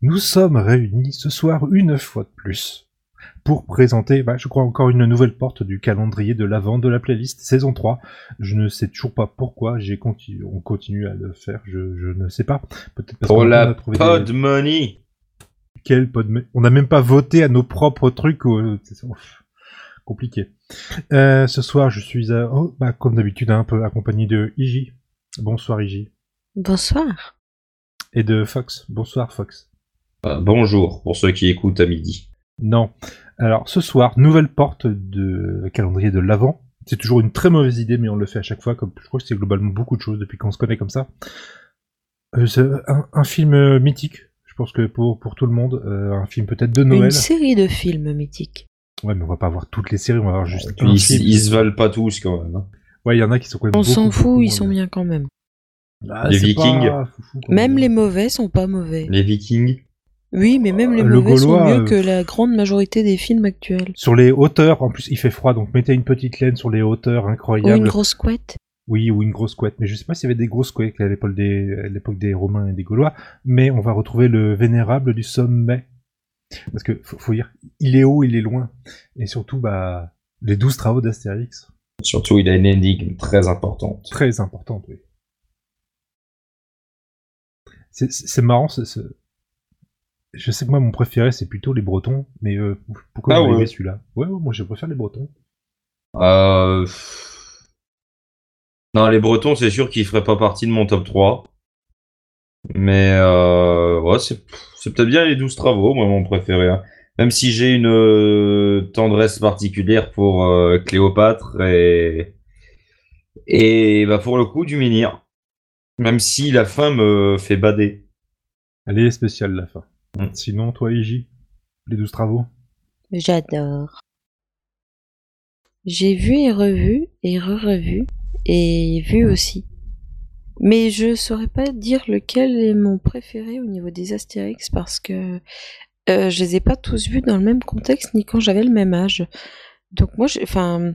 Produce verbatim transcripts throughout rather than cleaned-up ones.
Nous sommes réunis ce soir une fois de plus pour présenter, bah, je crois, encore une nouvelle porte du calendrier de l'Avent de la playlist saison trois. Je ne sais toujours pas pourquoi j'ai continu- on continue à le faire, je, je ne sais pas. Peut-être parce Pour qu'on la a trouvé pod des... money. Quel pod mo- On n'a même pas voté à nos propres trucs. Ou... C'est ouf, compliqué. Euh, ce soir, je suis, à... oh, bah, comme d'habitude, un peu accompagné de Iji. Bonsoir Iji. Bonsoir. Et de Fox. Bonsoir Fox. Euh, bonjour, pour ceux qui écoutent à midi. Non. Alors, ce soir, nouvelle porte de calendrier de l'Avent. C'est toujours une très mauvaise idée, mais on le fait à chaque fois. Comme je crois que c'est globalement beaucoup de choses depuis qu'on se connaît comme ça. Euh, c'est un, un film euh, mythique, je pense que pour, pour tout le monde. Euh, un film peut-être de Noël. Une série de films mythiques. Ouais, mais on va pas voir toutes les séries, on va voir juste Puis un ils, film. ils se valent pas tous quand même. Hein. Ouais, il y en a qui sont quand même On beaucoup, s'en fout, beaucoup ils moins sont bien quand même. Ah, Les c'est Vikings. pas foufou, quand Même les mauvais sont pas mauvais. Les Vikings. Oui, mais même les Euh, le mauvais sont Gaulois, mieux euh, que la grande majorité des films actuels. Sur les hauteurs, en plus il fait froid, donc mettez une petite laine sur les hauteurs, Ou incroyable. une grosse couette. Oui, ou une grosse couette. Mais je sais pas s'il y avait des grosses couettes à l'époque des, à l'époque des Romains et des Gaulois, mais on va retrouver le vénérable du sommet. Parce que, faut, faut dire, il est haut, il est loin. Et surtout, bah, les douze travaux d'Astérix. Surtout, il a une énigme très importante. Très importante, oui. C'est, c'est, c'est marrant, c'est, c'est... Je sais que moi, mon préféré, c'est plutôt les Bretons, mais euh, pourquoi Ah vous ouais. aimez celui-là? Ouais, ouais, moi je préfère les Bretons. Euh... Non, les Bretons, c'est sûr qu'ils feraient pas partie de mon top trois. Mais euh... ouais, c'est, c'est peut-être bien les douze travaux, moi, mon préféré. Hein. Même si j'ai une euh, tendresse particulière pour euh, Cléopâtre et... et bah, pour le coup, du menhir. Même si la fin me fait bader. Elle est spéciale, la fin. Mm. Sinon, toi, Iji, les douze travaux? J'adore. J'ai vu et revu, et re-revu, et vu aussi. Mais je saurais pas dire lequel est mon préféré au niveau des Astérix parce que euh, je les ai pas tous vus dans le même contexte ni quand j'avais le même âge. Donc moi, j'ai- enfin,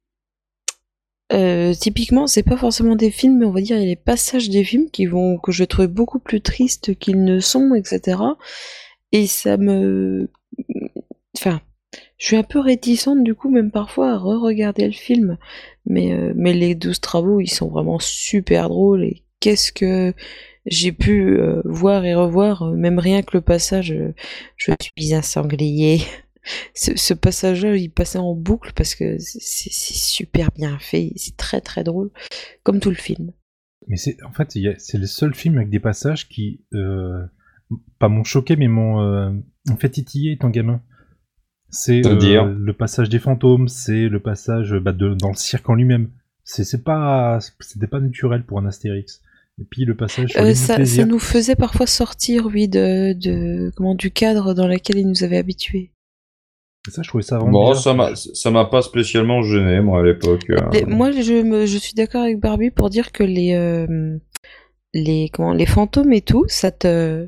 euh, typiquement, c'est pas forcément des films, mais on va dire il y a les passages des films qui vont que je trouvais beaucoup plus tristes qu'ils ne sont, et cetera. Et ça me, enfin, je suis un peu réticente du coup, même parfois à re-regarder le film. Mais euh, mais les douze travaux, ils sont vraiment super drôles et qu'est-ce que j'ai pu euh, voir et revoir, euh, même rien que le passage euh, je suis un sanglier. Ce, ce passage-là, il passait en boucle parce que c'est c'est super bien fait, c'est très très drôle, comme tout le film. Mais c'est, en fait, il y a- c'est le seul film avec des passages qui, euh, pas m'ont choqué, mais m'ont euh, m'ont fait titiller étant gamin. C'est C'est-à-dire euh, le passage des fantômes, c'est le passage bah, de, dans le cirque en lui-même. C'est, c'est pas, c'était pas naturel pour un Astérix. Et puis le passage sur Euh, l'île du ça, ça plaisir. nous faisait parfois sortir, oui, de, de comment du cadre dans lequel il nous avait habitués. Et ça, je trouvais ça vraiment Bon, bizarre. ça m'a, ça m'a pas spécialement gêné, moi, à l'époque. euh. Les- moi, je, me, je suis d'accord avec Barbie pour dire que les, euh, les, comment, les fantômes et tout, ça te...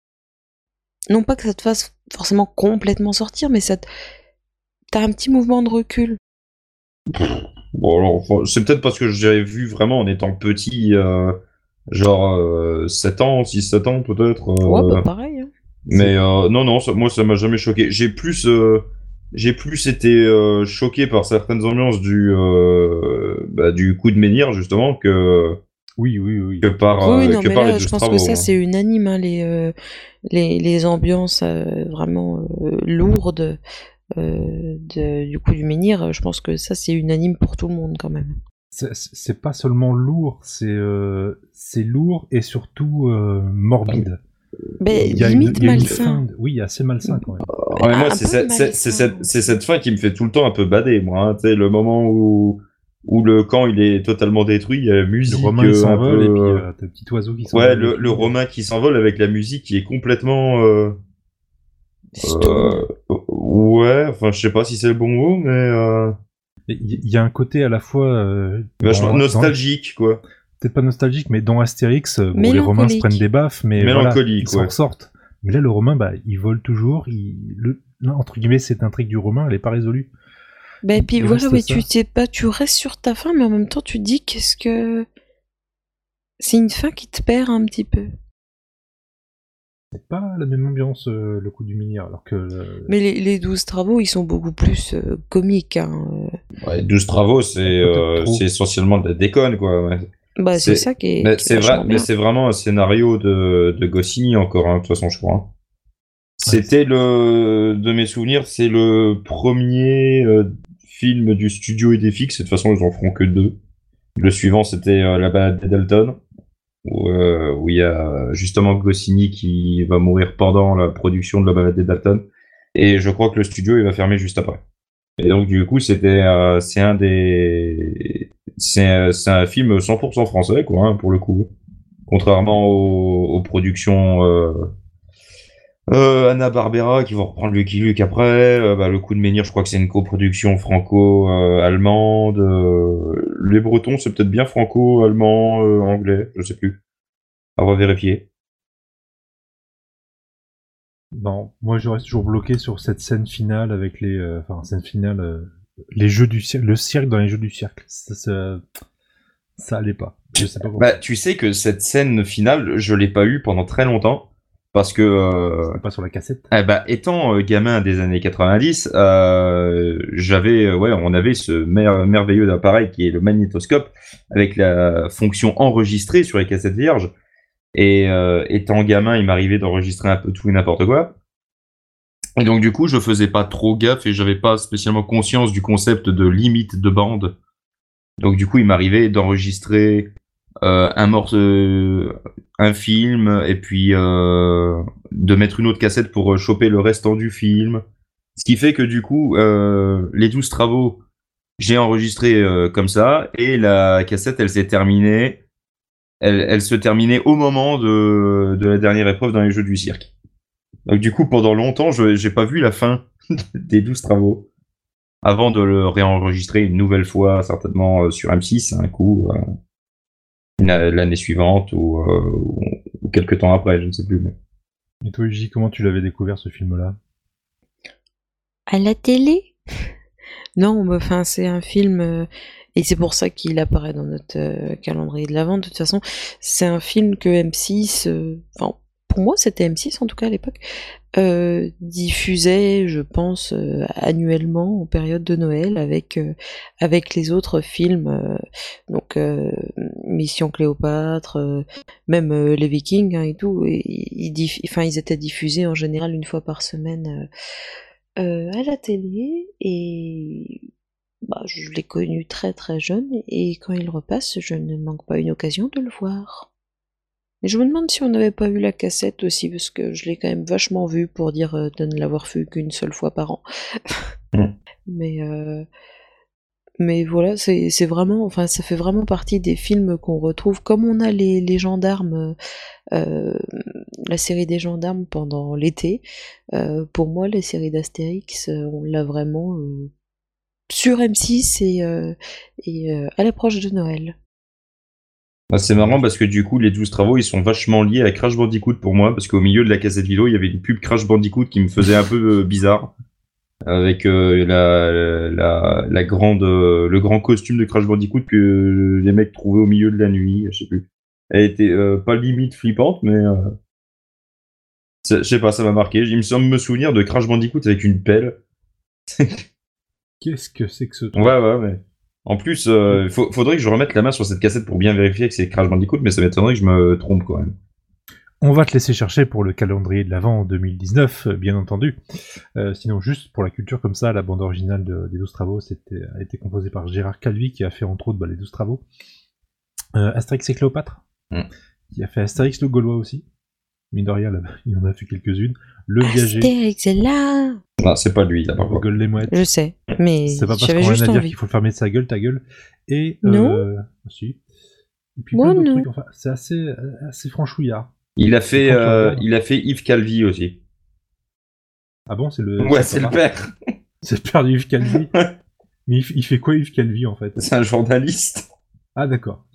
Non pas que ça te fasse forcément complètement sortir, mais ça te... T'as un petit mouvement de recul. Bon, alors, enfin, c'est peut-être parce que j'avais vu vraiment en étant petit, euh, genre euh, sept ans, six sept ans peut-être. euh, Ouais, bah pareil. Hein. Mais euh, non, non, ça- moi, ça m'a jamais choqué. J'ai plus, euh, j'ai plus été euh, choqué par certaines ambiances du, euh, bah, du coup de menhir, justement, que, Oui, oui, oui. que par, Oui, euh, non, que mais par les là, je douze pense travaux. que ça, hein. c'est unanime, hein, les, euh, les, les ambiances euh, vraiment euh, lourdes euh, de- du coup du menhir. Je pense que ça, c'est unanime pour tout le monde quand même. C'est, c'est pas seulement lourd, c'est, euh, c'est lourd et surtout euh, morbide. Mais Il y a limite une, il y a une malsain. fin de- Oui, assez malsain quand même. Ouais, mais moi, Un c'est peu cette, c'est- c'est malsain cette, c'est aussi. cette fin qui me fait tout le temps un peu bader, moi. Hein. Tu sais, le moment où, où le camp il est totalement détruit, il y a la Le musique Romain il euh, un s'envole et puis peu. euh, t'as le petit oiseau qui euh, Ouais, s'envole le, avec le lui. romain qui s'envole avec la musique qui est complètement. euh, Stone. euh, ouais, enfin, je sais pas si c'est le bon mot, mais. euh, Et Il y, y a un côté à la fois euh, vachement dans, dans- nostalgique, quoi. peut-être pas nostalgique, mais dans Astérix, euh, bon, les Romains se Mélancolique. prennent des baffes, mais voilà, Mélancolique, ils s'en ouais. ressortent. Mais là, le Romain, bah, il vole toujours. Il, le, là, entre guillemets, cette intrigue du Romain, elle est pas résolue. Ben puis Il voilà, reste oui, ça. tu sais pas, tu restes sur ta fin, mais en même temps, tu te dis qu'est-ce que c'est une fin qui te perd un petit peu. C'est pas la même ambiance, euh, le coup du minière, alors que... euh, Mais les, les douze travaux, ils sont beaucoup plus euh, comiques. Hein. euh. Ouais, douze travaux, c'est Peut-être euh, trop. c'est essentiellement de la déconne, quoi. Ouais. Bah, c'est C'est ça qui est, mais qui est c'est vrai, vachement mais bien. c'est vraiment un scénario de, de Goscinny encore, hein, de toute façon, je crois. Hein. Ouais, C'était le, de mes souvenirs, c'est le premier euh, film du studio Idéfix. De toute façon, ils en feront que deux. Le suivant, c'était euh, La Balade des Dalton, où euh, où il y a justement Goscinny qui va mourir pendant la production de La Balade des Dalton. Et je crois que le studio, il va fermer juste après. Et donc, du coup, c'était, euh, c'est un des, c'est, c'est un film cent pour cent français, quoi, hein, pour le coup. Contrairement aux, aux productions euh, euh, Hanna-Barbera qui vont reprendre Lucky Luke après. Euh, bah, le coup de menhir, je crois que c'est une coproduction franco-allemande. Euh, les Bretons, c'est peut-être bien franco-allemand, euh, anglais, je sais plus. À revérifier. non, moi je reste toujours bloqué sur cette scène finale avec les... euh, Enfin, scène finale... euh, les jeux du cirque, le cirque dans les jeux du cirque. Ça, ça, ça allait pas. Je sais pas Bah, pourquoi. tu sais que cette scène finale, je l'ai pas eue pendant très longtemps. Parce que euh, C'était pas sur la cassette. eh bah, étant euh, gamin des années quatre-vingt-dix, euh, j'avais, euh, ouais, on avait ce mer- merveilleux appareil qui est le magnétoscope avec la fonction enregistrer sur les cassettes vierges. Et euh, étant gamin, il m'arrivait d'enregistrer un peu tout et n'importe quoi. Et donc du coup, je faisais pas trop gaffe et j'avais pas spécialement conscience du concept de limite de bande. Donc du coup, il m'arrivait d'enregistrer euh, un morceau, euh, un film, et puis euh, de mettre une autre cassette pour euh, choper le restant du film. Ce qui fait que du coup, euh, les douze travaux, j'ai enregistré euh, comme ça, et la cassette, elle s'est terminée. Elle, elle se terminait au moment de, de la dernière épreuve dans les Jeux du cirque. Donc du coup, pendant longtemps, je j'ai pas vu la fin des douze travaux avant de le réenregistrer une nouvelle fois, certainement euh, sur M six, un coup. Euh, l'année suivante ou, euh, ou, ou quelques temps après, je ne sais plus. Mais... Et toi, J, comment tu l'avais découvert ce film-là? À la télé? Non, bah, enfin, c'est un film, euh, et c'est pour ça qu'il apparaît dans notre euh, calendrier de l'Avent. De toute façon, c'est un film que M six, euh, enfin, pour moi, c'était M six en tout cas à l'époque, euh, diffusait, je pense, euh, annuellement en période de Noël avec euh, avec les autres films, euh, donc euh, Mission Cléopâtre, euh, même euh, les Vikings hein, et tout. Et, ils, diff- enfin, ils étaient diffusés en général une fois par semaine. euh, euh, à la télé et bah, je l'ai connu très très jeune et quand il repasse, je ne manque pas une occasion de le voir. Mais je me demande si on n'avait pas eu la cassette aussi, parce que je l'ai quand même vachement vu pour dire euh, de ne l'avoir vu qu'une seule fois par an. Mm. Mais, euh, mais voilà, c'est c'est vraiment, enfin, ça fait vraiment partie des films qu'on retrouve, comme on a les, les gendarmes, euh, la série des gendarmes pendant l'été. Euh, pour moi, la série d'Astérix, euh, on l'a vraiment euh, sur M six et, euh, et euh, à l'approche de Noël. Bah, c'est marrant parce que du coup, les douze travaux, ils sont vachement liés à Crash Bandicoot pour moi, parce qu'au milieu de la cassette vidéo, il y avait une pub Crash Bandicoot qui me faisait un peu euh, bizarre, avec euh, la, la, la grande, euh, le grand costume de Crash Bandicoot que les mecs trouvaient au milieu de la nuit, je sais plus. Elle était euh, pas limite flippante, mais euh, je sais pas, ça m'a marqué. Il me semble me souvenir de Crash Bandicoot avec une pelle. Qu'est-ce que c'est que ce truc? Ouais, ouais, mais. En plus, euh, faut- faudrait que je remette la main sur cette cassette pour bien vérifier que c'est Crash Bandicoot, mais ça m'étonnerait que je me trompe quand même. On va te laisser chercher pour le calendrier de l'Avent en deux mille dix-neuf, euh, bien entendu. Euh, sinon, juste pour la culture comme ça, la bande originale de- des douze travaux c'était, a été composée par Gérard Calvi, qui a fait entre autres bah, les douze travaux. Euh, Astérix et Cléopâtre, Mm. qui a fait Astérix le Gaulois aussi. Mine de rien, là, il en a fait quelques-unes. Le Viager, Astérix est là. Non, c'est pas lui, là, par contre. Rigole les mouettes. Je sais, mais C'est pas parce j'avais qu'on a rien juste à dire envie. qu'il faut le fermer de sa gueule, ta gueule. Et, Non. euh, si. Et puis Moi, plein d'autres non. trucs, enfin, c'est assez, assez franchouillard. Il a fait, quand tu euh, regardes- il a fait Yves Calvi aussi. Ah bon, c'est le. Ouais, son c'est le papa père. C'est le père de Yves Calvi. Mais il, f- il fait quoi Yves Calvi en fait? C'est un journaliste. Ah d'accord.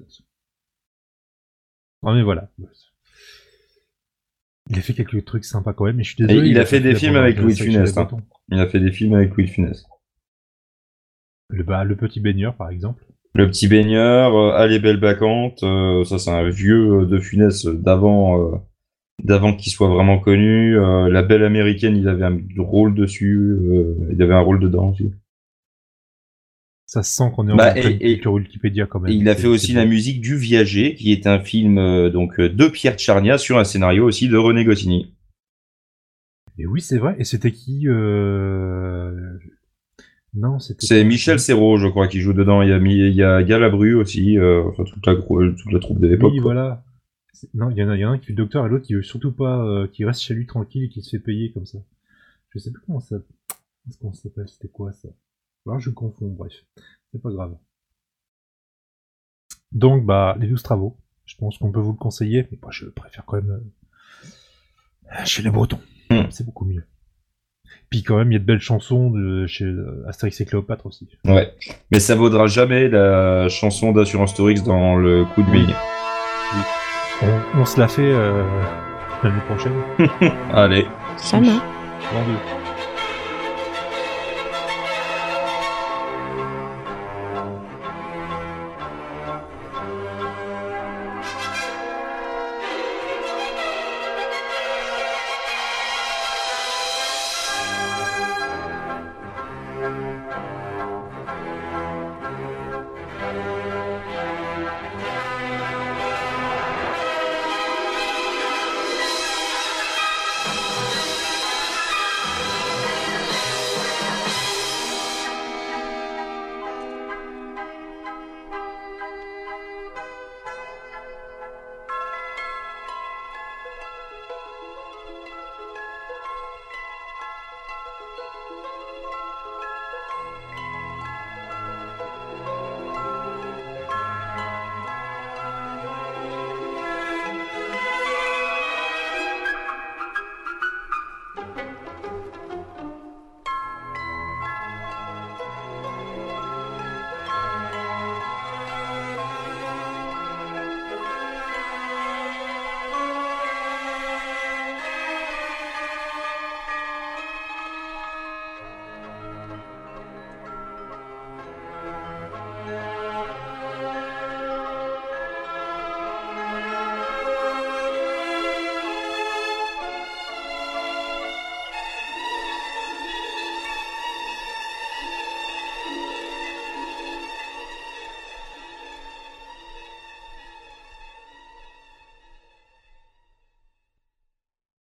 Non mais voilà. Il a fait quelques trucs sympas quand même, mais je suis Et désolé. il a pas fait des la films bande avec originale Louis de Astérix chez les Funès. Hein. Bretons. Il a fait des films avec Louis de Funès. Le, bah, le petit baigneur par exemple. Le petit baigneur, euh, Allez belle bacante, euh, ça c'est un vieux euh, de Funès d'avant, euh, d'avant qu'il soit vraiment connu. Euh, La Belle Américaine, il avait un rôle dessus. Euh, il avait un rôle dedans aussi. Ça se sent qu'on est Bah, en et- pleine et- culture Wikipédia quand même. Et il a C'est- fait aussi c'est la bien. musique du Viager, qui est un film euh, donc euh, de Pierre Tchernia sur un scénario aussi de René Goscinny. Et oui, c'est vrai. Et c'était qui euh... Non, c'était. C'est pas- Michel Serrault, je crois, qui joue dedans. Il y a, Mi- il y a Galabru aussi, euh, enfin toute la, gro- toute la troupe de l'époque. Oui, quoi. voilà. C'est- Non, il y en a, il y en a un qui est le docteur et l'autre qui veut surtout pas, euh, qui reste chez lui tranquille et qui se fait payer comme ça. Je sais plus comment ça, comment ça s'appelle. C'était quoi ça? Alors je confonds. Bref, c'est pas grave. Donc bah les douze travaux. Je pense qu'on peut vous le conseiller, mais moi je préfère quand même euh, chez les Bretons. Hmm. C'est beaucoup mieux. Puis quand même, il y a de belles chansons de chez euh, Astérix et Cléopâtre aussi. Ouais. Mais ça vaudra jamais la chanson d'Assurance Tourix dans le coup de Oui. bille. On, on se la fait euh, l'année prochaine. Allez. Ça marche. Vendu.